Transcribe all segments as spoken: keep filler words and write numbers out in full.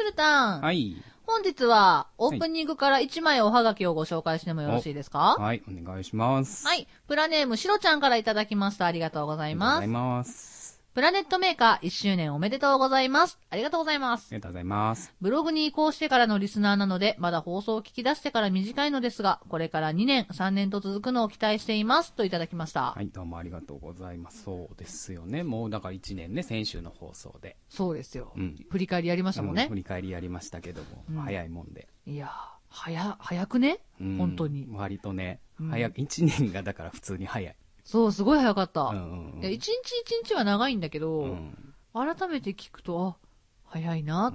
チュルタン。 はい。 本日は、オープニングからいちまいおはがきをご紹介してもよろしいですか？ はい、お願いします。 はい。プラネーム、シロちゃんからいただきました。ありがとうございます。 ありがとうございます。 プラネットメーカーいっしゅうねんおめでとうございます。ありがとうございます。 ありがとうございます。 ブログに移行してからのリスナーなので、まだ放送を聞き出してから短いのですが、これからにねん、さんねんと続くのを期待しています。といただきました。 はい、どうもありがとうございます。そうですよね。もうだからいちねんね、先週の放送で。 そうですよ。 うん、 振り返りやりましたもんね。 振り返りやりましたけども、うん、早いもんで。 いやー、早、早くね、うん、本当に。 割とね、早く、いちねんがだから普通に早い。 そう、すごい早かった。 うんうんうん、いや一日一日は長いんだけど、うん、改めて聞くと、あ、早いなって。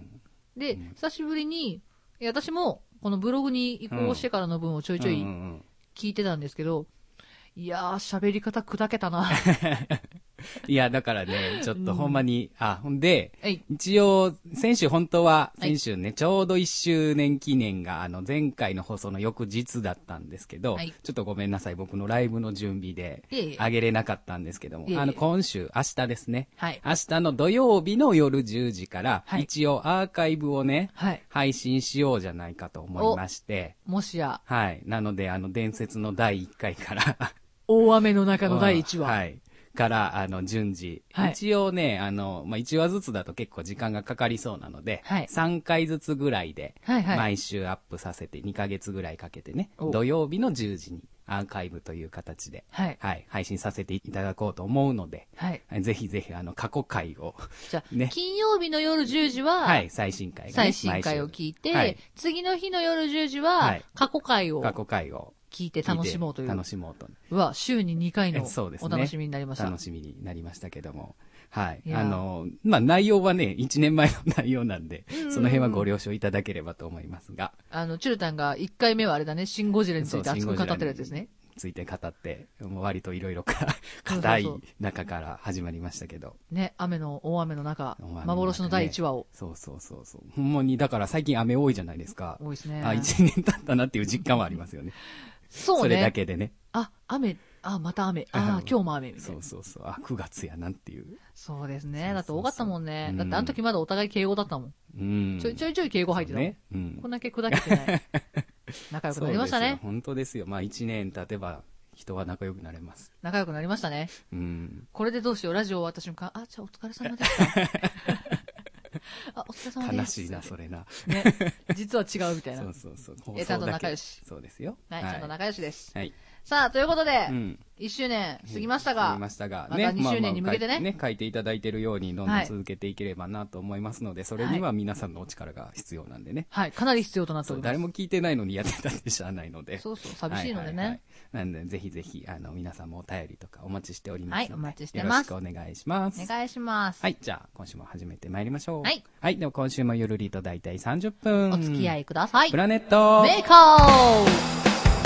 うん、で、うん、久しぶりに、いや私もこのブログに移行してからの分をちょいちょい聞いてたんですけど、いやー、喋り方砕けたな。 いや、だからね、ちょっとほんまに、うん、あ、ほんで、一応、先週本当は、先週ね、ちょうどいっしゅうねん記念が、あの、前回の放送の翌日だったんですけど、はい、ちょっとごめんなさい、僕のライブの準備で、あげれなかったんですけども、いえいえあの、今週、明日ですね、はい、明日の土曜日の夜じゅうじから、はい、一応アーカイブをね、はい、配信しようじゃないかと思いまして、 もしや。 はい。なので、あの、伝説のだいいっかいから、 大雨の中のだいいちわ。 はい。から、あの、順次。はい、一応ね、あの、まあ、いちわずつだと結構時間がかかりそうなので、はい、さんかいずつぐらいで、毎週アップさせてにかげつぐらいかけてね、土曜日のじゅうじにアーカイブという形で、はい、はい、配信させていただこうと思うので、はい、ぜひぜひ、あの、過去回を。 じゃあ、ね、金曜日の夜じゅうじは、 はい、最新回が、ね、 最新回を聞いて、はい、次の日の夜じゅうじは、過去回を。 過去回を。 聞いて楽しもうという。 楽しもうと。 うわ、週ににかいのお楽しみになりました。 ね、楽しみになりましたけども。はい。あの、まあ、内容はね、いちねんまえの内容なんで、その辺はご了承いただければと思いますが。 あの、チュルタンがいっかいめはあれだね、シンゴジラについて熱く語ってるやつですね。 ついて語って、もう割といろいろ硬い中から始まりましたけど。 ね、雨の、大雨の中、ね、幻のだいいちわを。 そうそうそうそう。ほんまに、だから最近雨多いじゃないですか。 多いですね。 あ、いちねん経ったなっていう実感はありますよね。 そうね。 それだけでね。 あ、雨、あ、また雨。あ、今日も雨みたいな。 そうそうそう。あ、くがつやなんていう。 そうですね。だって多かったもんね。だってあの時まだお互い敬語だったもん。うん。ちょいちょいちょい敬語入ってたもん。ね。うん。こんだけ砕けてない。仲良くなりましたね。 本当ですよ。まあ一年経てば人は仲良くなれます。 仲良くなりましたね。うん。これでどうしよう。ラジオ終わった瞬間、あ、じゃあお疲れ様でした。あ、お疲れ様です。 悲しいな、それな。 ね。実は違うみたいな。 そうそうそう。 え、ちゃんと仲良し。 そうですよ。 はい、ちゃんと仲良しです。 はい。 さあ、ということで、うん、いっしゅうねん過ぎましたが、 過ぎましたが、 またにしゅうねんに向けてね、 ね、書いていただいているようにどんどん続けていければなと思いますので、はい、それには皆さんのお力が必要なんでね。 はい、かなり必要となっております。 誰も聞いてないのにやってたってしゃあないので。 そうそう、寂しいのでね。はいはいはい、 なんで、ぜひぜひ、あの、皆さんもお便りとかお待ちしておりますので。 はい、お待ちしてます。 よろしくお願いします。 お願いします。 はい、じゃあ、今週も始めてまいりましょう。 はい。 はい、では今週もゆるりとだいたいさんじゅっぷん。 お付き合いください。 プラネットメーカー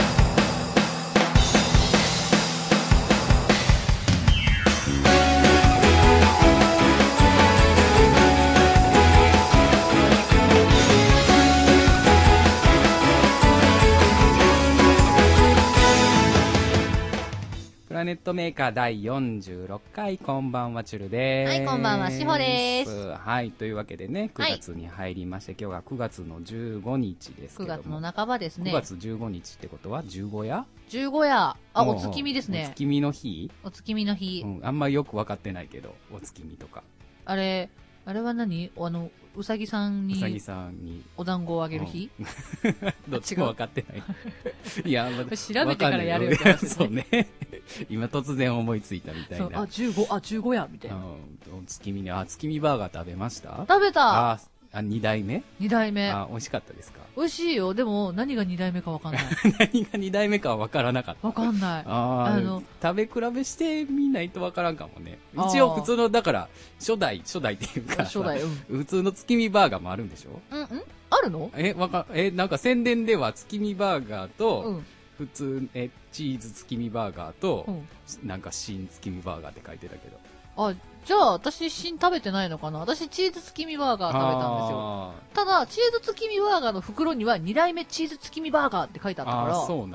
プラネットメーカーだいよんじゅうろっかい、こんばんは、チュルです。 はい、こんばんは、しほです。 はい、というわけでね、くがつに入りまして、はい、今日がくがつのじゅうごにちですけども。 くがつの半ばですね。 くがつじゅうごにちってことはじゅうご夜 ? じゅうご 夜。あ、お月見ですね。 お月見の日お月見の日。 うん、あんまりよくわかってないけど、お月見とか。 あれ、あれは何あの、うさぎさんに、 うさぎさんにお団子をあげる日、 うん、どっちも分かってない。いや、ま、 調べてからやるよって話ですね。 そうね。今突然思いついたみたいな。 あ、じゅうご、あ、じゅうごや、みたいな。 うん、月見ね、あ、月見バーガー食べました？ 食べた。 あ、あ、二代目？ 二代目。 あ、美味しかったですか？ 美味しいよ。でも、何が二代目か分かんない。 何が二代目かは分からなかった。 分かんない。 ああの、食べ比べしてみないと分からんかもね。一応普通の、だから、初代、初代っていうか、 初代、うん、 普通の月見バーガーもあるんでしょ？ うん、うんあるの？ え、わか、え、なんか宣伝では月見バーガーと、うん、普通、え、チーズ月見バーガーと、うん、なんか新月見バーガーって書いてたけど。 あ、じゃあ私新食べてないのかな。私チーズ月見バーガー食べたんですよ。ただチーズ月見バーガーの袋にはに代目チーズ月見バーガーって書いてあったから。 あ、そうなん？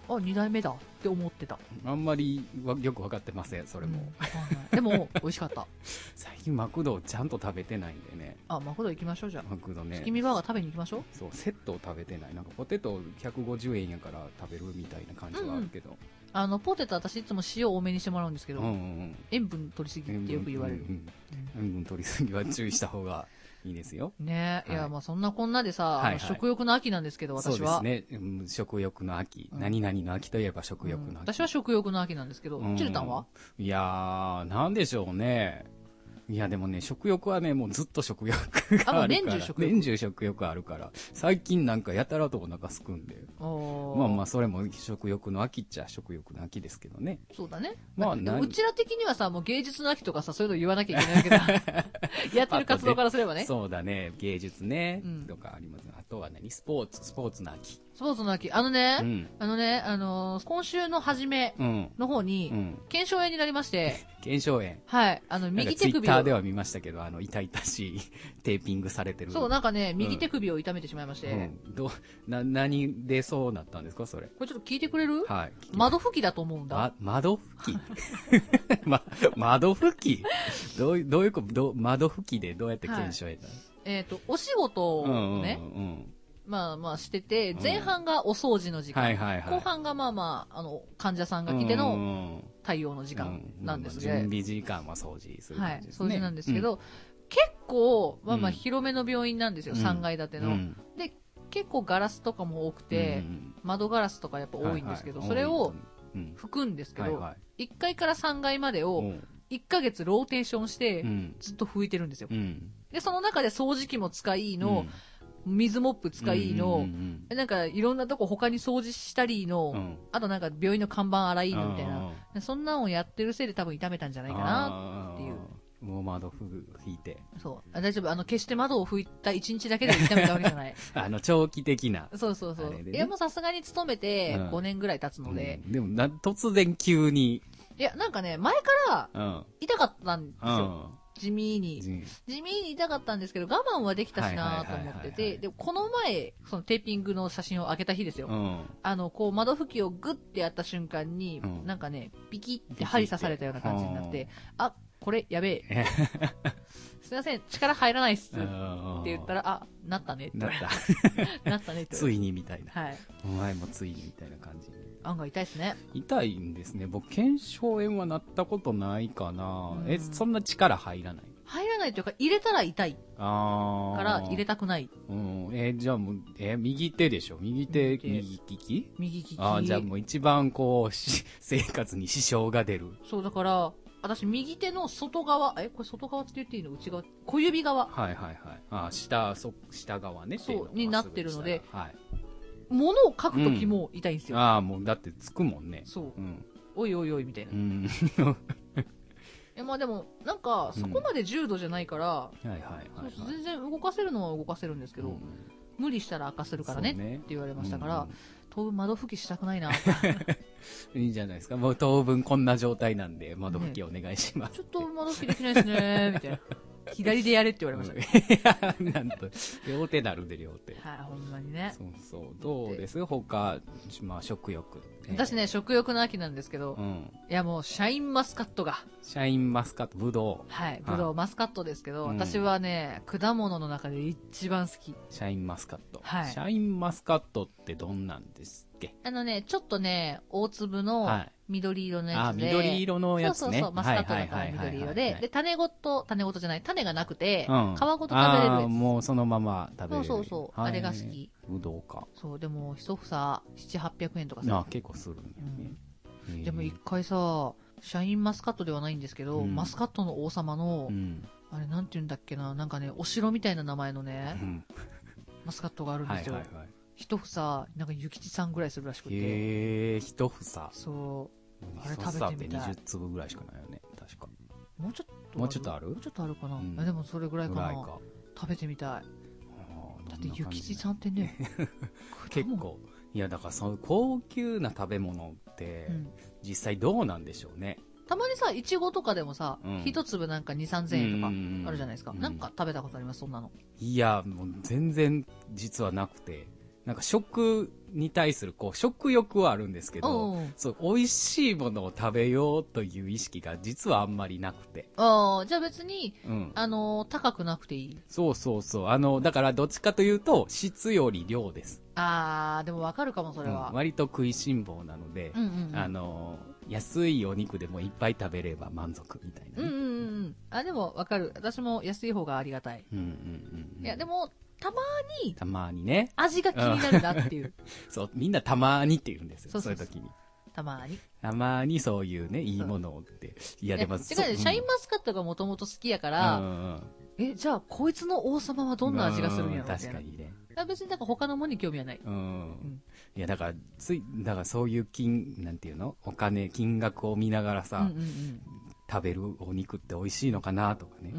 あ、に代目だって思ってた。 あんまりよく分かってません、それも。 うん、でも、美味しかった。 最近マクドをちゃんと食べてないんでね。 あ、マクド行きましょう、じゃあ。 マクドね。 月見バーガー食べに行きましょう。 そう、セットを食べてない。なんかポテトひゃくごじゅうえんやから食べるみたいな感じはあるけど。うんうん、 あの、ポテト私いつも塩多めにしてもらうんですけど、うんうんうん、塩分取りすぎってよく言われる。 塩分、うんうん、塩分取りすぎは注意した方がいいですよ。 ねえ、はい、いや、まあそんなこんなでさ、はいはい、食欲の秋なんですけど、私は。 そうですね、うん、食欲の秋、うん。何々の秋といえば食欲の秋。うん、 私は食欲の秋なんですけど、チルタンは？ いやー、なんでしょうね。いやでもね、食欲はね、もうずっと食欲があるから。あ、年中食欲。年中食欲あるから。最近なんかやたらとお腹すくんで。まあまあ、それも食欲の秋っちゃ食欲の秋ですけどね。 そうだね。まあ、うちら的にはさ、もう芸術の秋とかさ、そういうの言わなきゃいけないけど、やってる活動からすればね。 そうだね。芸術ね。うん、とかあります。あとは何スポーツ、スポーツの秋。 スポーツの秋。あのね、うん、あのね、あのー、今週の初めの方に、腱鞘炎になりまして。 腱鞘炎。 はい。あの、右手首を。 ツイッターでは見ましたけど、あの、痛々しいテーピングされてる。 そう、なんかね、右手首を痛めてしまいまして。 うん、ど、な、何でそうなったんですか、それ。 これちょっと聞いてくれる？ はい。 窓拭きだと思うんだ。 ま、窓拭きま、窓拭きどういう、どういうこと、ど窓拭きでどうやって腱鞘炎なの？はい、 えっと、お仕事をね、うんうんうん、まあまあしてて、前半がお掃除の時間、うんはいはいはい、後半がまあまあ、あの、患者さんが来ての対応の時間なんですが、 うんうんうん、準備時間は掃除する感じですね。 はい、掃除なんですけど、うん、結構、まあまあ広めの病院なんですよ、うん、さんがい建ての、うん。で、結構ガラスとかも多くて、うん、窓ガラスとかやっぱ多いんですけど、はいはい、それを拭くんですけど、はいはい、いっかいからさんがいまでをいっかげつローテーションしてずっと拭いてるんですよ。うん、で、その中で掃除機も使いの、うん、水モップ使いの、うんうんうん、なんかいろんなとこ他に掃除したりの、うん、あとなんか病院の看板洗いのみたいな、そんなのをやってるせいで多分痛めたんじゃないかなっていう。 もう窓拭いて。 そう。大丈夫。あの、決して窓を拭いたいちにちだけで痛めたわけじゃない。 あの、長期的な。 そうそうそう。ね、いや、もうさすがに勤めてごねんぐらい経つので。 うんうん、でもな、突然急に。 いや、なんかね、前から痛かったんですよ。うん、地味に。地味に痛かったんですけど、我慢はできたしなと思ってて、で、この前、そのテーピングの写真を上げた日ですよ。うん、あの、こう、窓拭きをグッてやった瞬間に、うん、なんかね、ピキって針刺されたような感じになって、あ、これ、やべえ。すいません、力入らないっす。って言ったら、あ、なったねって。 なった。 なったねって。 ついにみたいな。 はい。 お前もついにみたいな感じ。 案外痛いですね。 痛いんですね。僕、腱鞘炎はなったことないかな。え、そんな力入らない？ 入らないというか、入れたら痛い。ああ。から入れたくない。 うん。えー、じゃあもう、えー、右手でしょ？右手、右利き？ 右利き。 ああ、じゃあもう一番こう、生活に支障が出る。 そう、だから、私、右手の外側、え、これ外側って言っていいの？内側？小指側。 はいはいはい。ああ、下、そ、下側ね。 そう、になってるので、はい。物を書くときも痛いんですよ。 うん、ああ、もうだってつくもんね。 そう。うん、おいおいおいみたいな。うん。え、まあでも、なんか、そこまで重度じゃないから、はいはいはい。全然動かせるのは動かせるんですけど、うん、無理したら悪化するからねって言われましたから、ね、当分窓拭きしたくないな。 いいんじゃないですか。もう当分こんな状態なんで、窓拭きお願いします、ね。 ちょっと窓拭きできないですね、みたいな。左でやれって言われました。 いや、なんと、両手なるで両手。 はい、ほんまにね。 そうそう。どうです他、まあ、食欲。 私ね、食欲の秋なんですけど、うん、いやもう、シャインマスカットが。 シャインマスカット、ブドウ。 はい、ブドウ、マスカットですけど、うん、私はね、果物の中で一番好き。 シャインマスカット。はい。シャインマスカットってどんなんですっけ？ あのね、ちょっとね、大粒の緑色のやつで。 はい、あ、緑色のやつね。 そうそうそう、マスカットだから緑色で。で、種ごと、種ごとじゃない、種がなくて、うん、皮ごと食べれるやつ。あ、 もうそのまま食べれる。 そうそうそう、あれが好き。 ぶどうか。 そう、でも、一房、ななひゃく、はっぴゃくえんとかさ。あ、結構するんだよね。 うん、でも一回さ、シャインマスカットではないんですけど、うん、マスカットの王様の、うん、あれなんて言うんだっけな、なんかね、お城みたいな名前のね、うん、マスカットがあるんですよ。はいはいはい、一房、なんか諭吉さんぐらいするらしくて。 へー、一房。 そう。あれ食べてみたい。 にじゅうつぶぐらいしかないよね、確か。 もうちょっともうちょっとある？ もうちょっとあるかな。うん、でもそれぐらいかな。か食べてみたい。だって諭吉さんってね、 結構。いや、だからその高級な食べ物って、うん、実際どうなんでしょうね。 たまにさ、いちごとかでもさ、一、うん、粒なんかに、さんぜんえんとかあるじゃないですか。んなんか食べたことありますそんなの。 いや、もう全然実はなくて。 なんか食に対するこう食欲はあるんですけど、そう美味しいものを食べようという意識が実はあんまりなくて。 ああ、じゃあ別に、うん、あの高くなくていい。 そうそうそう。あのだからどっちかというと質より量です。 ああ、でもわかるかもそれは、 うん。割と食いしん坊なので、うんうんうん、あの安いお肉でもいっぱい食べれば満足みたいな、ね。 うんうんうん。あ、でもわかる。私も安い方がありがたい。うんうんうん。いやでも。たまに、 たまにね。 味が気になるなっていう。 そう、みんなたまにって言うんですよ。そうそうそう、そういう時に。 たまに。 たまにそういうね、いいものをって。いや、でも、 違うね、シャインマスカットがもともと好きやから、うんうん、え、じゃあ、こいつの王様はどんな味がするんやろみたいな。 確かにね。 別になんか他のものに興味はない。うん。うん、いや、だから、つい、だからそういう金、なんていうのお金、金額を見ながらさ、うんうんうん、食べるお肉って美味しいのかなとかね。うん。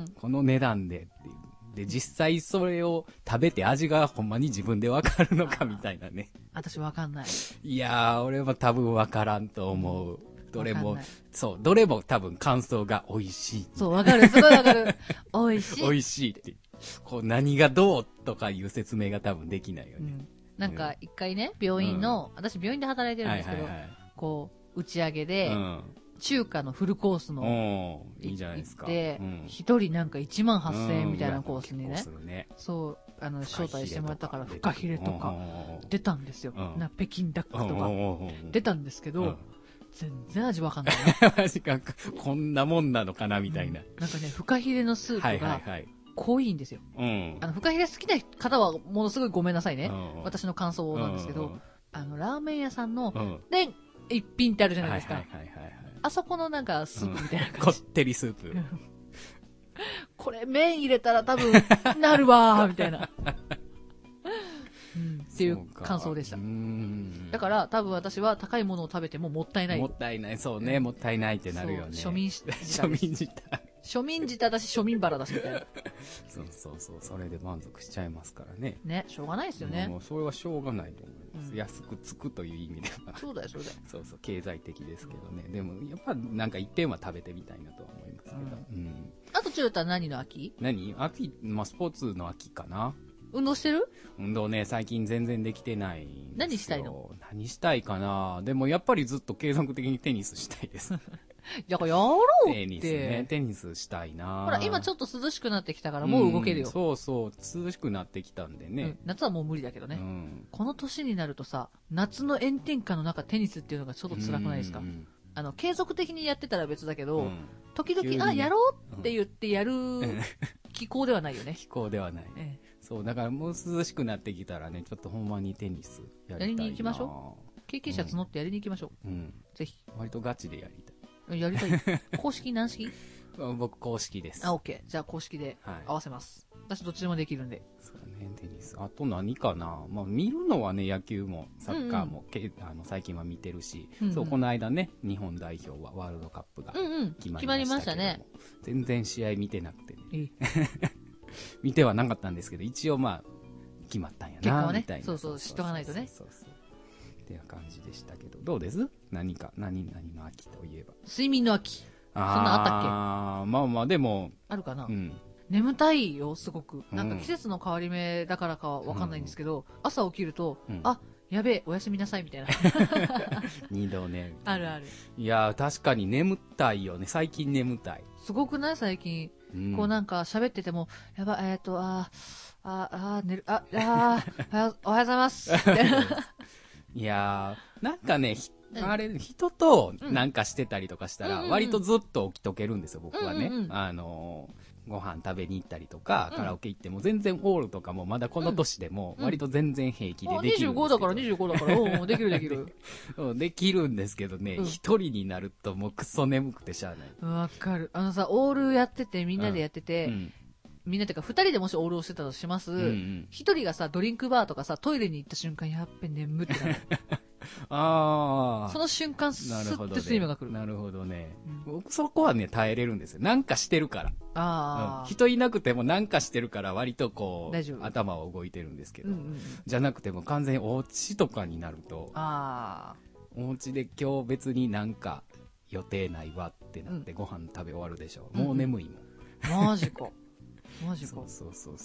この値段でっていう。で、実際それを食べて味がほんまに自分でわかるのかみたいなね。 私わかんない。 いやー、俺は多分わからんと思う。どれも、そう、どれも多分感想が美味しい。 そう、わかる、すごいわかる。美味しい。 美味しいって。こう、何がどうとかいう説明が多分できないよね。うん、 なんか、一回ね、病院の、うん、私病院で働いてるんですけど、はいはいはい、こう、打ち上げで、うん中華のフルコースのいいじゃないですか。 一、うん、人なんかいちまんはっせんえんみたいなコースにね、ねそう、あの、招待してもらったから、フカヒレとか出たんですよ。な北京ダックとか出たんですけど、全然味わかんない。 マジか、こんなもんなのかなみたいな。うん、 なんかね、フカヒレのスープが濃いんですよ。はいはいはい、あの、フカヒレ好きな方はものすごいごめんなさいね。私の感想なんですけど、あの、ラーメン屋さんの、で、一品ってあるじゃないですか。はいはいはいはいあそこのなんかスープみたいな感じ、うん、 こってりスープこれ麺入れたら多分なるわーみたいな、うん、っていう感想でした。うんだから多分私は高いものを食べてももったいない。 もったいないそうね、うん、もったいないってなるよね。 庶民舌庶民舌庶民舌だし庶民バラだしみたいなそうそうそうそれで満足しちゃいますからね。 ねしょうがないですよね。 もうそれはしょうがないと思います、うん、安くつくという意味ではそうだよそうだよそうそう経済的ですけどね。でもやっぱなんか一点は食べてみたいなとは思いますけど、うんうん、 あとチュータは何の秋？ 何秋、まあ、スポーツの秋かな。 運動してる？ 運動ね最近全然できてないんですよ。 何したいの？ 何したいかな。でもやっぱりずっと継続的にテニスしたいですだからやろうって。 テニスね、テニスしたいな。 ほら、今ちょっと涼しくなってきたからもう動けるよ。 うん、そうそう、涼しくなってきたんでね。うん、 夏はもう無理だけどね、うん。この年になるとさ、夏の炎天下の中テニスっていうのがちょっと辛くないですか？うんうん、あの、継続的にやってたら別だけど、うん、時々、ね、あ、やろうって言ってやる気候ではないよね。 気候ではない。ええ、そう、だからもう涼しくなってきたらね、ちょっとほんまにテニスやりたいな。 やりに行きましょう。経験者募ってやりに行きましょう。うん。ぜひ。 割とガチでやりたい。 やりたい。公式軟式？ 僕公式です。 あ、オッケー。じゃあ公式で合わせます。はい、私どっちでもできるんで。 そうね、テニス。あと何かな。まあ見るのはね、野球もサッカーも、うんうん、あの最近は見てるし、うんうん、そうこの間ね、日本代表はワールドカップが決まりましたけども、うんうん、決まりましたね。全然試合見てなくてね。見てはなかったんですけど、一応まあ決まったんやな、結果はね、みたいな。 そうそう、知っとかないとね。そうそうそうっていう感じでしたけど、どうです？何か何々の秋といえば睡眠の秋。そんなあったっけ？ ああ、まあまあでもあるかな、うん、眠たいよすごく。なんか季節の変わり目だからかは分かんないんですけど、うん、朝起きると、うん、あやべえおやすみなさいみたいな二度寝あるある。 いや確かに眠たいよね。最近眠たい。 すごくない最近、うん、こうなんか喋っててもやばいえっ、ー、とあああ寝るあああおはようございますいやーなんかね、うん、あれ人となんかしてたりとかしたら割とずっと起きとけるんですよ、僕はね、うんうんうん、あのー、ご飯食べに行ったりとか、うん、カラオケ行っても全然オールとかもまだこの年でも割と全然平気でできるんですけど、うん、にじゅうごだからにじゅうごだからおできるできるできるんですけどね、一、うん、人になるともうクソ眠くてしゃあない。 わかる。あのさオールやっててみんなでやってて、うんうんみんなてかふたりでもしオールをしてたとします、うんうん、ひとりがさドリンクバーとかさトイレに行った瞬間やっべ眠ってなるああその瞬間スッて睡魔が来る。 なるほどね、うん、僕そこはね耐えれるんですよ。なんかしてるからあ、うん、人いなくてもなんかしてるから割とこう頭は動いてるんですけど、うんうんうん、じゃなくても完全にお家とかになるとあお家で今日別になんか予定ないわってなってご飯食べ終わるでしょ、うん、もう眠いもん、 うん、マジかマジか。 そうそうそうそう。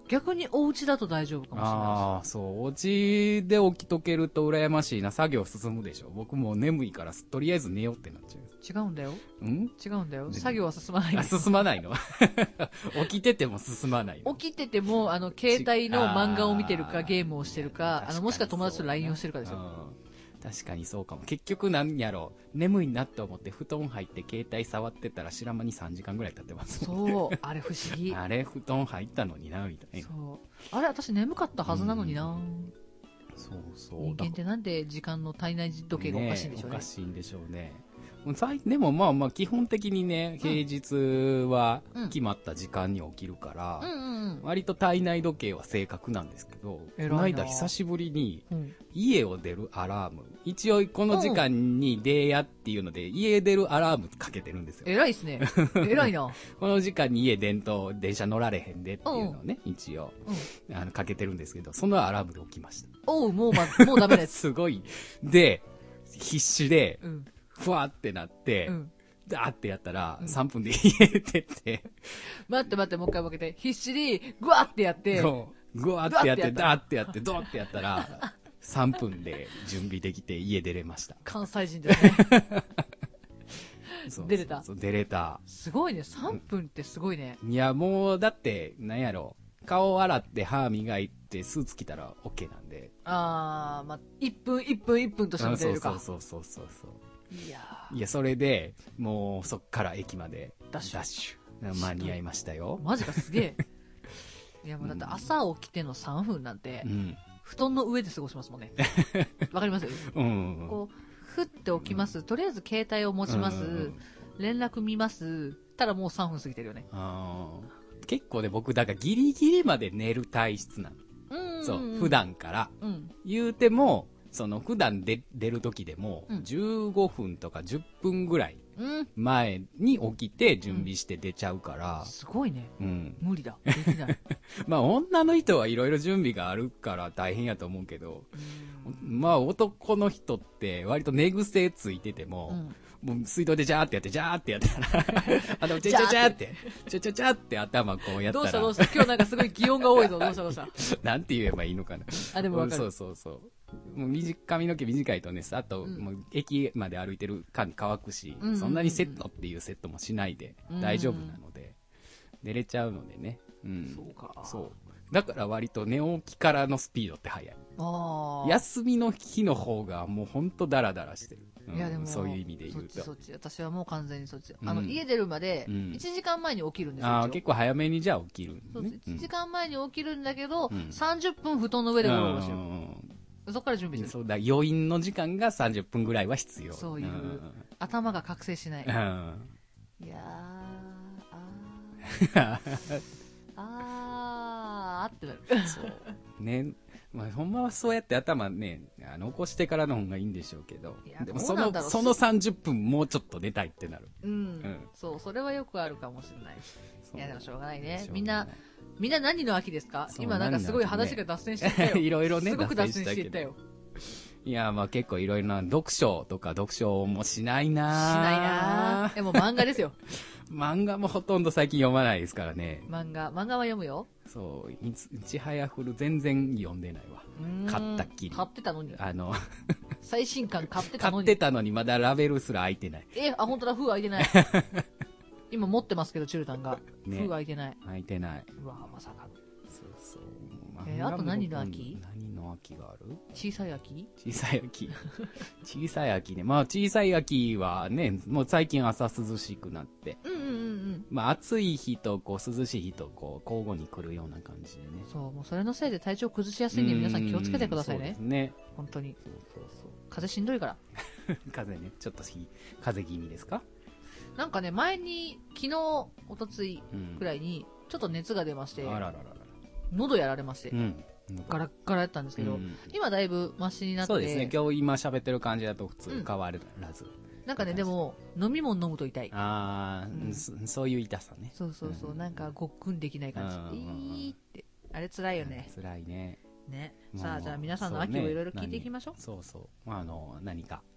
逆にお家だと大丈夫かもしれない。 ああ、そう。お家で起きとけると羨ましいな。作業進むでしょ。僕もう眠いから、とりあえず寝ようってなっちゃう。 違うんだよ。 ん違うんだよ。作業は進まない。 あ、進まないの起きてても進まないの。 起きてても、あの、携帯の漫画を見てるか、ゲームをしてるか、あの、もしくは友達と ライン をしてるかですよ。 確かにそうかも。結局なんやろう。眠いなって思って布団入って携帯触ってたら知らん間にさんじかんぐらい経ってます。 そう。あれ不思議。 あれ布団入ったのにな、みたいな。 そう。あれ私眠かったはずなのにな。 そうそう。 人間ってなんで時間の体内時計がおかしいんでしょうね。 おかしいんでしょうね。でもまあまあ基本的にね、平日は決まった時間に起きるから、割と体内時計は正確なんですけど、この間久しぶりに家を出るアラーム、一応この時間に出やっていうので、家出るアラームかけてるんですよ。 偉いっすね。偉いな。 この時間に家出んと電車乗られへんでっていうのをね、一応、あのかけてるんですけど、そのアラームで起きました。 おう、もうま、もうダメです。 すごい。で、必死で、うんふわってなって、うん、ダーってやったら、さんぷんで家出てって。 待って待って、もう一回負けて。必死に、ぐわってやって、 ぐわってやって、ダーってやって、ドーってやったら、さんぷんで準備できて家出れました。 関西人ですね。そう出れた。 そう出れた。 すごいね。さんぷんってすごいね。 いや、もう、だって、なんやろ。顔洗って歯磨いてスーツ着たら OK なんで。 あー、まあ、いっぷん、いっぷん、いっぷんとしても出れるか。 そうそうそうそうそう。 いやいや、それで、もうそっから駅までダッシュ。 ダッシュ。間に合いましたよ。 マジかすげえ。いや、もうだって朝起きてのさんぷんなんて、うん、布団の上で過ごしますもんね。わかりますうん、うん。こう、ふって起きます。とりあえず携帯を持ちます。うんうんうん、連絡見ます。たらもうさんぷん過ぎてるよね。 あ結構ね、僕、だからギリギリまで寝る体質なの。うんうん、そう、普段から。うん、言うても、その普段で出る時でも、じゅうごふんとかじゅっぷんぐらい前に起きて準備して出ちゃうから。うん、 すごいね。うん。無理だ。できない。 まあ女の人はいろいろ準備があるから大変やと思うけど、まあ男の人って割と寝癖ついてても、うんもう水道でジャーってやって、ジャーってやったら、あの、チャチャチャって、チャチャチャって頭こうやったら。 どうしたどうした今日なんかすごい擬音が多いぞ。どうしたどうしたなんて言えばいいのかな。 あ、でもわかる。 そうそうそう。もう短髪の毛短いとね、あと、うん、もう駅まで歩いてる間に乾くし、うんうんうんうん、そんなにセットっていうセットもしないで大丈夫なので、うん、寝れちゃうのでね。うん。 そうか。 そう。だから割と寝起きからのスピードって速い。あ休みの日の方がもうほんとダラダラしてる。うん、いやでもそういう意味で言うとそっちそっち私はもう完全にそっち、うん、あの家出るまでいちじかんまえに起きるんですよ、 うん、あ結構早めにじゃあ起きるんですね。 そうです、いちじかんまえに起きるんだけど、うん、さんじゅっぷん布団の上でゴロゴロしてる、うん、そっから準備する。 そうだ余韻の時間がさんじゅっぷんぐらいは必要。 そういう、うん、頭が覚醒しない、うん、いやーあーあーってなるそうねまあ、ほんまはそうやって頭ね、あの起こしてからの方がいいんでしょうけど、でもその、そのさんじゅっぷんもうちょっと寝たいってなる。 うん。うん、そう、それはよくあるかもしれない。いや、でもしょうがないね。みんな、みんな何の秋ですか？今なんかすごい話が脱線してたよ。 いろいろね、 すごく脱線していったよ。 いや、まあ結構いろいろな、読書とか読書もしないなしないなでも漫画ですよ。 漫画もほとんど最近読まないですからね。 漫画、漫画は読むよ。 そう、いちはやふる全然読んでないわ。買ったっきり。 買ってたのに。 あの、 最新刊買ってたのに。 買ってたのにまだラベルすら開いてない。 え、あ、本当だ、封開いてない。今持ってますけど、チュルタンが。ね、封開いてない。 開いてない。 うわ、まさかの。 そうそう。 えー、あと何の秋？ 何の秋がある？ 小さい秋？ 小さい秋。小さい秋ね。まあ小さい秋はね、もう最近朝涼しくなって。 うんうんうんうん。 まあ暑い日とこう涼しい日とこう交互に来るような感じでね。 そう、もうそれのせいで体調崩しやすいんで皆さん気をつけてくださいね。そうですね。 本当に。 そうそうそう。 風邪しんどいから。 風邪ね。ちょっと風邪気味ですか？ なんかね、前に、昨日、おとついくらいに、ちょっと熱が出まして。うん、あらららら。喉やられまして、うん、ガラッガラやったんですけど、うん、今だいぶマシになって。 そうですね、今日今喋ってる感じだと普通変わらず、うん、 なんかねでも飲み物飲むと痛い。 ああ、うん、そ, そういう痛さね。 そうそうそう、うん、なんかごっくんできない感じ、うん、いいってあれ辛いよね。 辛いね。 ね、さあじゃあ皆さんの秋をいろいろ聞いていきましょう。 そう、ね、そうそう、まあ、あの何か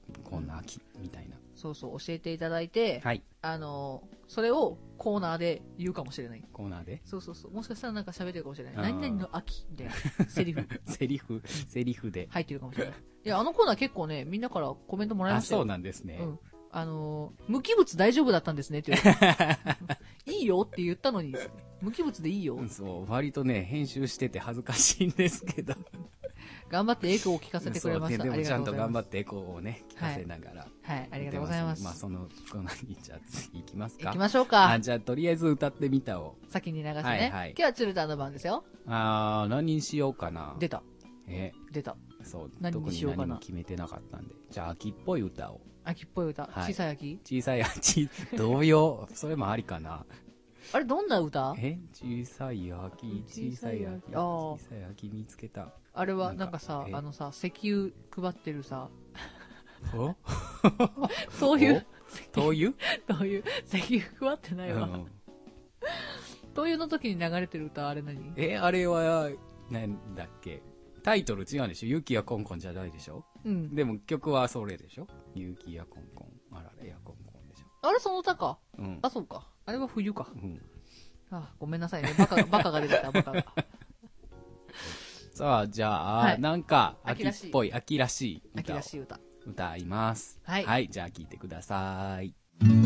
コーナー秋みたいな。 そうそう、教えていただいて、 はい。 あの、それをコーナーで言うかもしれない。 コーナーでそうそうそう。もしかしたらなんか喋ってるかもしれない。何々の秋みたいな。セリフ。 セリフ、セリフで。 入ってるかもしれない。いや、あのコーナー結構ね、みんなからコメントもらいましたよ。 あ、そうなんですね。うん。 あの、無機物大丈夫だったんですねって言いいよって言ったのに、無機物でいいよ。 うん、そう、割とね、編集してて恥ずかしいんですけど。 頑張ってエコーを聞かせてくれました。 でもちゃんと頑張ってエコーをね、聞かせながら。 はい、はい、ありがとうございます。 まあ、そのコーナーに、じゃあ次行きますか。 行きましょうか。 あ、じゃあとりあえず歌ってみたを。 先に流してね。はいはい、今日はチュルタンの番ですよ。 あー、何にしようかな。 出た。 え出た。 そう、何にしようかな。特に何も決めてなかったんで。じゃあ秋っぽい歌を。 秋っぽい歌、はい、小さい秋小さい秋、同様。それもありかな。 あれ、どんな歌？ え小さい秋、小さい秋、小さい秋見つけた。 あれは、なんかさ、あのさ、石油配ってるさ、 お灯油灯油灯油石油配ってないわ。うん、灯油の時に流れてる歌、あれ何？ え、あれは、なんだっけタイトル違うんでしょ雪やコンコンじゃないでしょうん。でも曲はそれでしょ雪やコンコン、あられやコンコンでしょあれその歌かうん。あ、そうか。あれは冬か。うん。あ、ごめんなさいね。バカ、バカが出てた、バカが。 さあ、じゃあ、はい、なんか、秋っぽい、秋らしい歌を。 秋らしい歌。 歌います。はい。はい、じゃあ聴いてください。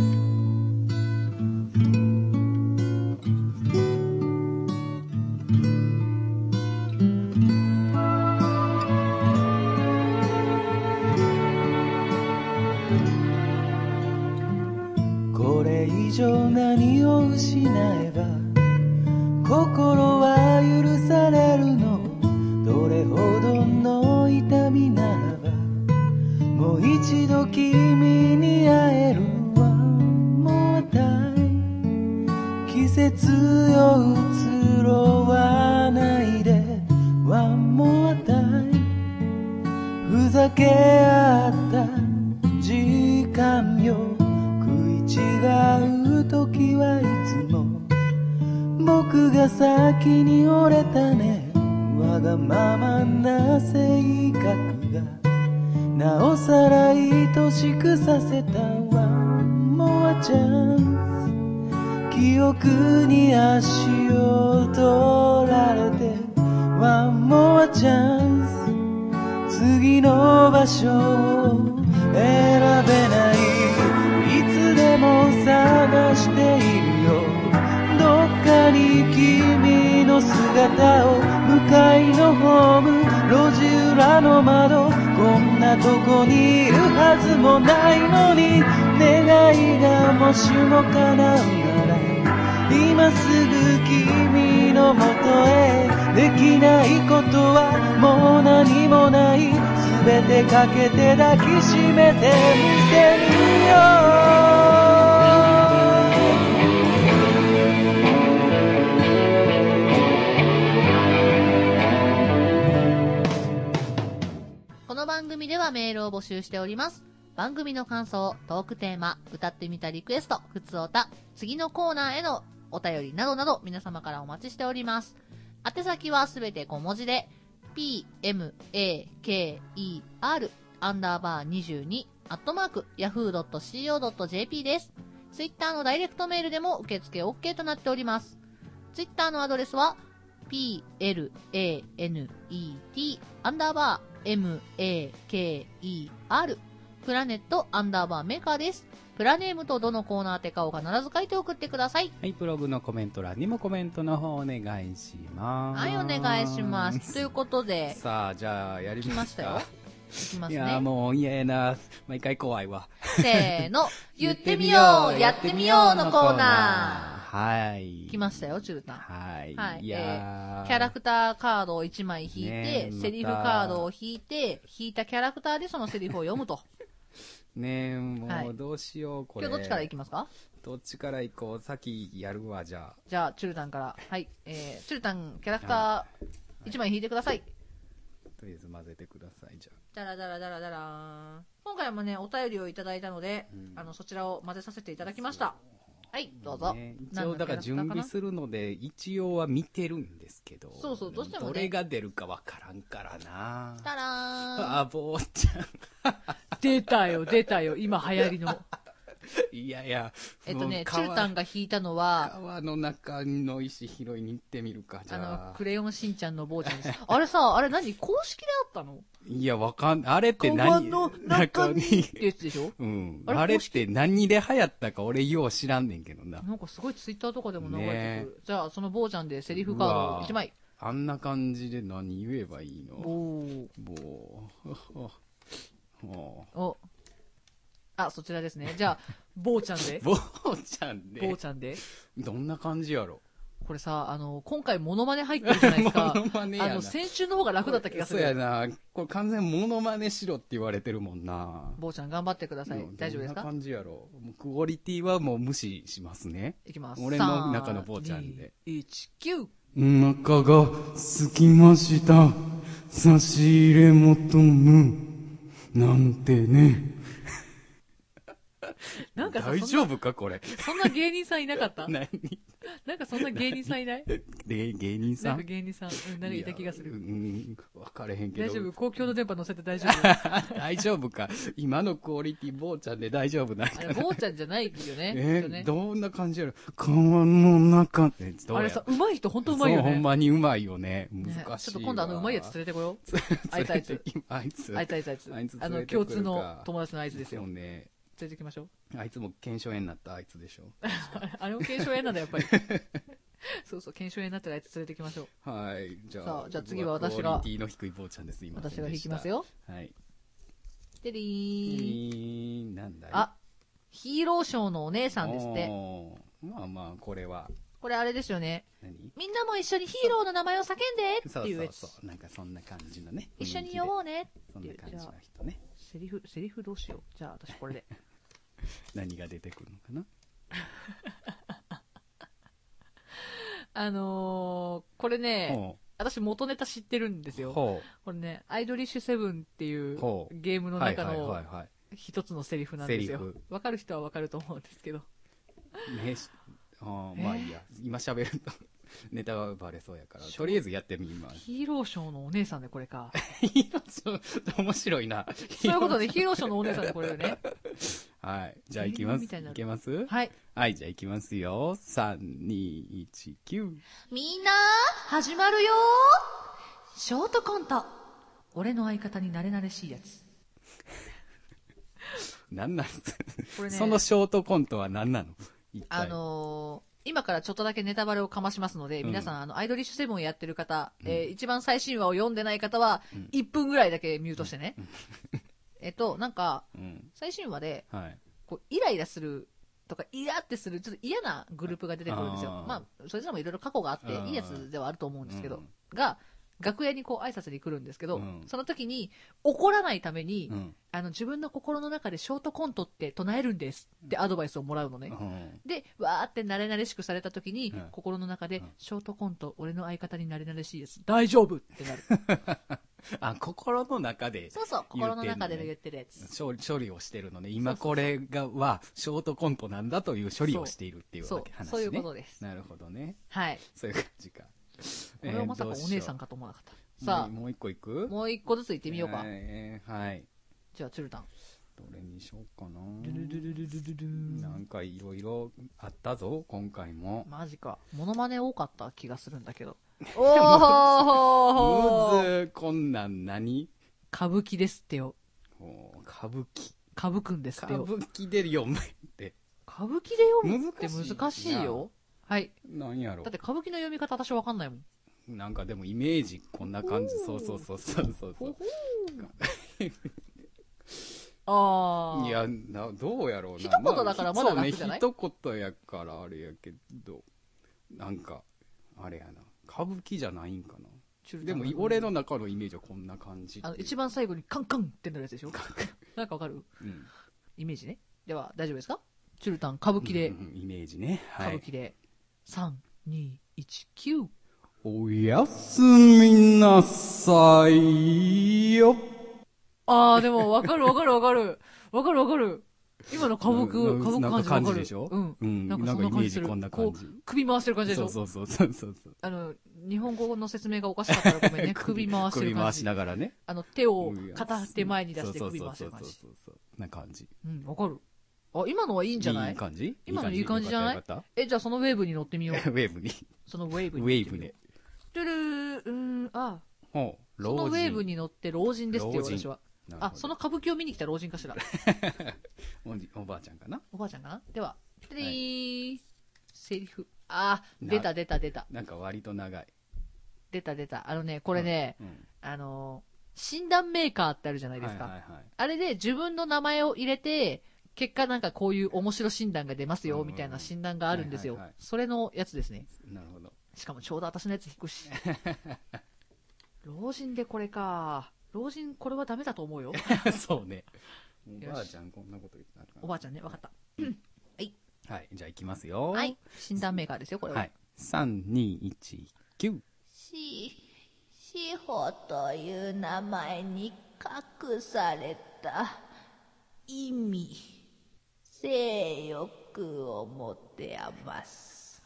これ以上何を失えば心は許されるのどれほどの痛みならばもう一度君に会える One more time 季節よ移ろわないで One more time ふざけ合った時間よ違う時はいつも僕が先に折れたねわがままな性格がなおさら愛しくさせた One more chance 記憶に足を取られて One more chance 次の場所を選べないでも探しているよどっかに君の姿を向かいのホーム路地裏の窓こんなとこにいるはずもないのに願いがもしも叶うなら今すぐ君のもとへできないことはもう何もない全てかけて抱きしめてみせるよこの番組ではメールを募集しております。番組の感想、トークテーマ、歌ってみたリクエスト、ふつおた、次のコーナーへのお便りなどなど皆様からお待ちしております。宛先はすべて小文字で ピーエムエーケーイーアール アンダーバーにじゅうにアットマーク ヤフードットシーオードットジェーピー です。ツイッターのダイレクトメールでも受付 OK となっております。ツイッターのアドレスは ピーエルエーエヌイーティー アンダーバー エムエーケーイーアール プラネットアンダーバーメーカーです。プラネームとどのコーナーてかを必ず書いて送ってください。 はい、ブログのコメント欄にもコメントの方お願いします。 はい、お願いします。ということで。 さあ、じゃあ、やりますか。 来ましたよ。いきますね。 いや、もう嫌やな。毎回怖いわ。 せーの。言ってみようやってみようのコーナー。 はい。 来ましたよ、チュルタン。 はい。 はい。いやー、えー、キャラクターカードをいちまい引いて、ね、セリフカードを引いて、引いたキャラクターでそのセリフを読むと。 ねえ、もうどうしよう、これ。 今日どっちから行きますか？ どっちから行こう。先やるわ、じゃあ。 じゃあ、チュルタンから。はい。えー、チュルタン、キャラクターいちまい引いてください。 とりあえず混ぜてください、じゃあ。 だらだらだらだら。今回もね、お便りをいただいたので、うん、あの、そちらを混ぜさせていただきました。はい、どうぞ。ね、 一応、だから準備するので、一応は見てるんですけど。 そうそう、どうしてもね。 どれが出るかわからんからな。 たらーん。 あ、坊ちゃん。 出たよ、出たよ。今流行りの。 いやいや。 えっとね、チュルタンが引いたのは、 川の中の石拾いに行ってみるか、じゃあ。 あの、クレヨンしんちゃんの坊ちゃんです。あれさ、あれ何公式であったの？ いや、わかん、あれって何川の中にってやつでしょ？ うん。 あれあれって何で流行ったか俺よう知らんねんけどな。 なんかすごいツイッターとかでも流れてくる。 ね、 じゃあ、その坊ちゃんでセリフカードいちまい。 あんな感じで何言えばいいの？ ぼー。 ぼー。 お。あ、そちらですね。じゃあ、坊ちゃんで。 坊ちゃんで。 坊ちゃんで。 どんな感じやろ？ これさ、あの、今回モノマネ入ってるじゃないですか。 モノマネやな。 あの、先週の方が楽だった気がする。 そうやな。これ完全モノマネしろって言われてるもんな。 坊ちゃん頑張ってください。大丈夫ですか？ どんな感じやろ？クオリティはもう無視しますね。 いきます。 俺の中の坊ちゃんで。 いち、きゅう。 お腹が空きました。差し入れ求む。なんてね。 なんかさ、 大丈夫かこれ。 そんな芸人さんいなかった？ 何？ なんかそんな芸人さんいない？ で、芸人さん？ なんか芸人さん、うん、なんかいた気がする。 うん、わかれへんけど。 大丈夫？公共の電波乗せて大丈夫？ 大丈夫か。今のクオリティ坊ちゃんで大丈夫なんかな。 あれ坊ちゃんじゃないよね。 えーね、 どんな感じやろ。川の中って。 あれさ、うまい人ほんとうまいよね。 そう、ほんまにうまいよね。難しいわ、 ね。ちょっと今度あのうまいやつ連れてこよう。あいつあいつ。 あいつ。 あいつあいつあいつ。 あいつあの、共通の友達のあいつですよ。 そうね。 連れてきましょう。あいつも腱鞘炎になったあいつでしょ。 あれも腱鞘炎なんだやっぱり。そうそう、腱鞘炎になったらあいつ連れてきましょう。はい。じゃあ、 さあ、じゃあ次は私が。 クオリティの低い坊ちゃんです、今。 私が弾きますよ。 はい。 てりーん。 なんだい？ あ、ヒーローショーのお姉さんですって。 まあまあ、これは。 これあれですよね。 何？ みんなも一緒にヒーローの名前を叫んでっていうやつ。 そうそうそう。なんかそんな感じのね。 一緒に呼ぼうねそんな感じの人ね。 セリフ、セリフどうしよう。じゃあ私これで。 何が出てくるのかな？ あのー、これね、私元ネタ知ってるんですよ。これね、アイドリッシュセブンっていうゲームの中の一つのセリフなんですよ。わかる人はわかると思うんですけど。 ね、あまあいいや、今喋るとネタはバレそうやから、とりあえずやってみます。 ヒーローショーのお姉さんでこれか。 ヒーローショー、面白いな。 そういうことで、ヒーローショーのお姉さんでこれよね。 はい。じゃあ行きます。いけます？ はい。 はい、じゃあ行きますよ。さん、に、いち、きゅう。 みんな、始まるよー。ショートコント。俺の相方になれなれしいやつ。 なんなんすこれね、 そのショートコントは何なの？ あのー、今からちょっとだけネタバレをかましますので、うん、皆さん、あの、アイドリッシュセブンをやってる方、うん、えー、一番最新話を読んでない方は、いっぷんぐらいだけミュートしてね。うん、えっと、なんか、うん、最新話で、はい、こう、イライラするとか、イラってする、ちょっと嫌なグループが出てくるんですよ。まあ、それぞれもいろいろ過去があって、いいやつではあると思うんですけど、が、楽屋にこう挨拶に来るんですけど、うん、その時に怒らないために、うん、あの自分の心の中でショートコントって唱えるんですってアドバイスをもらうのね、うん、でわーって慣れ慣れしくされた時に、うん、心の中で、うん、ショートコント俺の相方になれ慣れしいです大丈夫ってなるあ、心の中で、 そうそう、心の中で言ってるやつ処理、処理をしてるのね。今これがはショートコントなんだという処理をしているっていうわけ話ね。 そう、そういうことです。 なるほどね。 はい。 そういう感じか。 これはまさかお姉さんかと思わなかった。さあ、 もう一個いく？ もう一個ずついってみようか。 えー、はい。 じゃあ、チュルタン。 どれにしようかな。なんかいろいろあったぞ、今回も。 マジか。モノマネ多かった気がするんだけど。 おーむず、こんなん何？ 歌舞伎ですってよ。 お歌舞伎。 歌舞くんですってよ。 歌舞伎で読むって。 歌舞伎で読むって難しいよ。はい。 何やろ。 だって歌舞伎の読み方私わかんないもん。 なんかでもイメージこんな感じ。そうそうそうそうそうそう。ああ。いやな、どうやろうな。 一言だからまだ楽じゃない？ そうね、一言やからあれやけど、なんかあれやな。歌舞伎じゃないんかな。でも俺の中のイメージはこんな感じ。 あの一番最後にカンカンってなるやつでしょ。なんかわかる？うん。イメージね。では大丈夫ですか？チュルタン歌舞伎で、 うんうん、イメージね。 はい。歌舞伎でさん、に、いち、きゅう。 おやすみなさいよ。 ああ、でもわかるわかるわかる。わかるわかる。今の歌舞伎、歌舞伎感じわかるでしょ？ うん。 うん。なんかそんな感じする。こんな感じ。 首回してる感じでしょ？ そうそうそうそうそう。 あの、 日本語の説明がおかしかったらごめんね。首回してる感じ。 首回しながらね。 あの、手を片手前に出して首回してる感じ。 そうそうそうそう。な感じ。 うん、わかる。あ、今のはいいんじゃない？ いい感じ？ 今のいい感じじゃない？え、じゃあそのウェーブに乗ってみよう。ウェーブに。 そのウェーブに。 ウェーブで。 トゥルー、うーん、あ。 ほう、 そのウェーブに乗って老人ですってよ、私は。あ、その歌舞伎を見に来た老人かしら。 おばあちゃんかな？ おばあちゃんかな？では、てれー、セリフ。あ、出た出た出た。 なんか割と長い。 出た出た。あのね、これね、あの、診断メーカーってあるじゃないですか。あれで自分の名前を入れて、結果なんかこういう面白診断が出ますよ、みたいな診断があるんですよ。それのやつですね。 なるほど。 しかもちょうど私のやつ引くし。老人でこれか。老人これはダメだと思うよ。 そうね。おばあちゃんこんなこと言ってたのかな。 おばあちゃんね、わかった。はい。 はい、じゃあ行きますよ。 はい。診断メーカーですよ、これは。はい。 さん、に、いち、きゅう。 し、しほという名前に隠された意味、性欲を持て余す。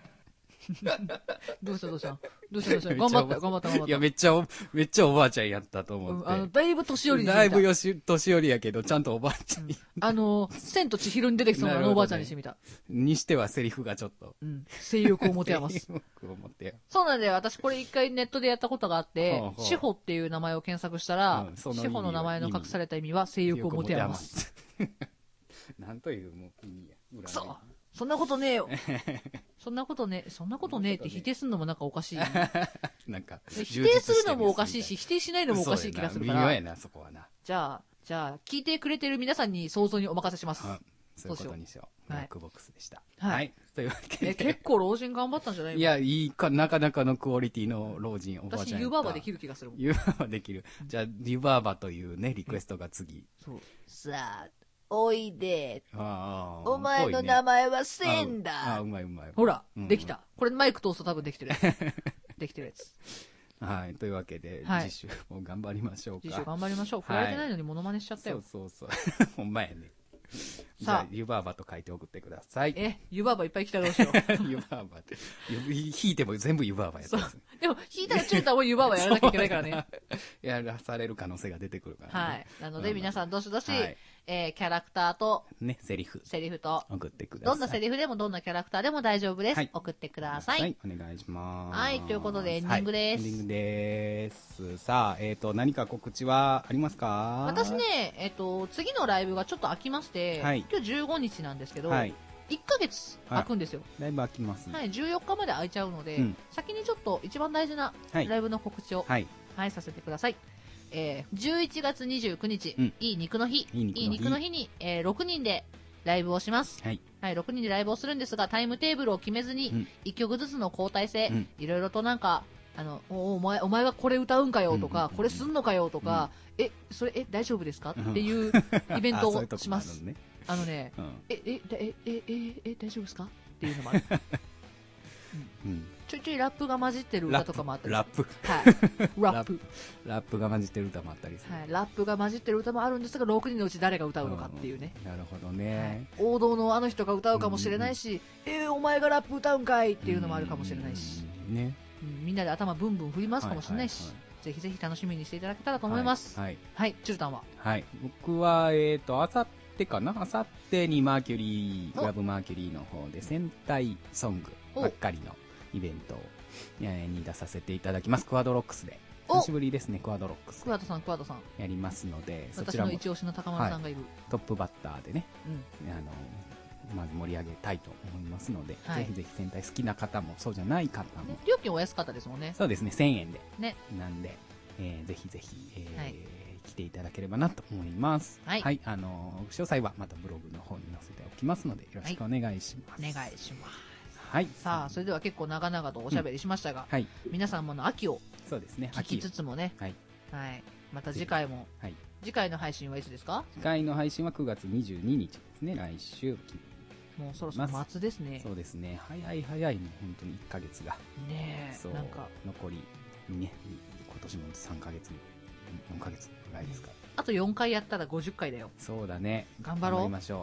どうしたどうしたどうしたどうした頑張った頑張った頑張った。 いや、めっちゃ、めっちゃおばあちゃんやったと思って。 あの、だいぶ年寄りにだいぶよし、年寄りやけど、ちゃんとおばあちゃんに。 あの、千と千尋に出てきそうなおばあちゃんにしてみた。 にしてはセリフがちょっと。 うん。性欲を持て余す。性欲を持て余す。そうなんだよ。私これ一回ネットでやったことがあって、志保っていう名前を検索したら、志保の名前の隠された意味は性欲を持て余す。 なんというもう意味や。 そう。そんなことねえよ。そんなことね、そんなことねえって否定するのもなんかおかしい。なんか、否定するのもおかしいし、否定しないのもおかしい気がするから。 微妙やな、そこはな。 じゃあ、じゃあ、聞いてくれてる皆さんに想像にお任せします。 そういうことにしよう。ブラックボックスでした。 はい。 というわけで。 え、結構老人頑張ったんじゃない？ いや、いいか、なかなかのクオリティの老人、おばあちゃん。 私、湯婆婆できる気がするもん。 湯婆婆できる。じゃあ、湯婆婆というね、リクエストが次。 そう。 さあ、おいで。ああ。お前の名前はせんだ。 ああ、うまいうまい。 ほら、できた。これマイク通すと多分できてる。できてるやつ。 はい。というわけで、次週も頑張りましょうか。 次週頑張りましょう。振られてないのにモノマネしちゃったよ。 そうそうそう。ほんまやね。さあ、湯婆婆と書いて送ってください。 え、湯婆婆いっぱい来たらどうしよう。 湯婆婆って。引いても全部湯婆婆やったんです。 でも、引いたらチューターも湯婆婆やらなきゃいけないからね。 やらされる可能性が出てくるからね。はい。なので皆さんどしどし、えー、キャラクターと、 ね、セリフ。 セリフと、 送ってください。 どんなセリフでもどんなキャラクターでも大丈夫です。はい、送ってください。 はい、お願いします。 はい、ということでエンディングです。 はい、エンディングです。さあ、えっ、ー、と、何か告知はありますか？ 私ね、えっ、ー、と、次のライブがちょっと空きまして、はい、今日じゅうごにちなんですけど、はい、いっかげつ空くんですよ。 ライブ空きますね。 はい、じゅうよっかまで空いちゃうので、うん、先にちょっと一番大事なライブの告知を、はい、はい、させてください。えー、じゅういちがつにじゅうくにち、うん、いい肉の日、いい肉の日、いい肉の日に、えー、ろくにんでライブをします。はい。はい、ろくにんでライブをするんですが、タイムテーブルを決めずに、うん、いっきょくずつの交代制、うん、いろいろとなんか、あの、お、お前、お前はこれ歌うんかよとか、うんうんうん、これすんのかよとか、うん、え、それ、え、大丈夫ですかっていうイベントをします。あ, ね、あのね、うん、え、え、え、え、え、え、大丈夫ですかっていうのもある。うん、ちょいちょいラップが混じってる歌とかもあったりラップはいラップラップが混じってる歌もあったりする、 はい、ラップが混じってる歌もあるんですがろくにんのうち誰が歌うのかっていうね、 うん、なるほどね、 はい、王道のあの人が歌うかもしれないし、うんうん、えー、お前がラップ歌うんかいっていうのもあるかもしれないし、うんねうん、みんなで頭ブンブン振りますかもしれないし、はいはいはい、ぜひぜひ楽しみにしていただけたらと思います。はい、はい、チュルタンは、 はい、僕はえっ、ー、とあさってかなあさってにマーキュリーラブマーキュリーの方で戦隊ソングばっかりのイベントに出させていただきます。クワドロックスで久しぶりですね。クワドロックスクワドさんクワドさんやりますので、 私の一押しの高丸さんがいる、はい、 トップバッターでね、うん、あのまず盛り上げたいと思いますので、はい、ぜひぜひ戦隊好きな方もそうじゃない方も、ね、 料金お安かったですもんね。 そうですね、せんえんで、ね、なんで、えー、ぜひぜひ、えーはい、来ていただければなと思います。はい、はい、あの詳細はまたブログの方に載せておきますのでよろしくお願いします。 はい、お願いします。 はい、 さあそれでは結構長々とおしゃべりしましたが、うん、はい、皆さんもの秋をそうですね聞きつつもね、はい、はい、また次回も、はい、次回の配信はいつですか？ 次回の配信はくがつにじゅうににちですね。来週もうそろそろ末ですね。 そうですね、早い早いもう本当にいっかげつがねえ、そうなんか残りね、今年もさんかげつよんかげつぐらいですか、うん、 あとよんかいやったらごじゅっかいだよ。 そうだね、 頑張ろう。 頑張りましょう。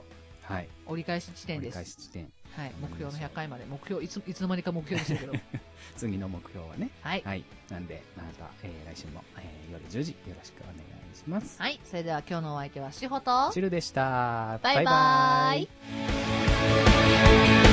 はい。 折り返し地点です。 折り返し地点。 はい。目標のひゃっかいまで。目標、いつ、いつの間にか目標でしたけど。 次の目標はね。 はい。 はい。なんで、また、えー、来週も、えー、夜じゅうじよろしくお願いします。 はい。それでは今日のお相手はしほとしるでした。 バイバーイ。バイバーイ。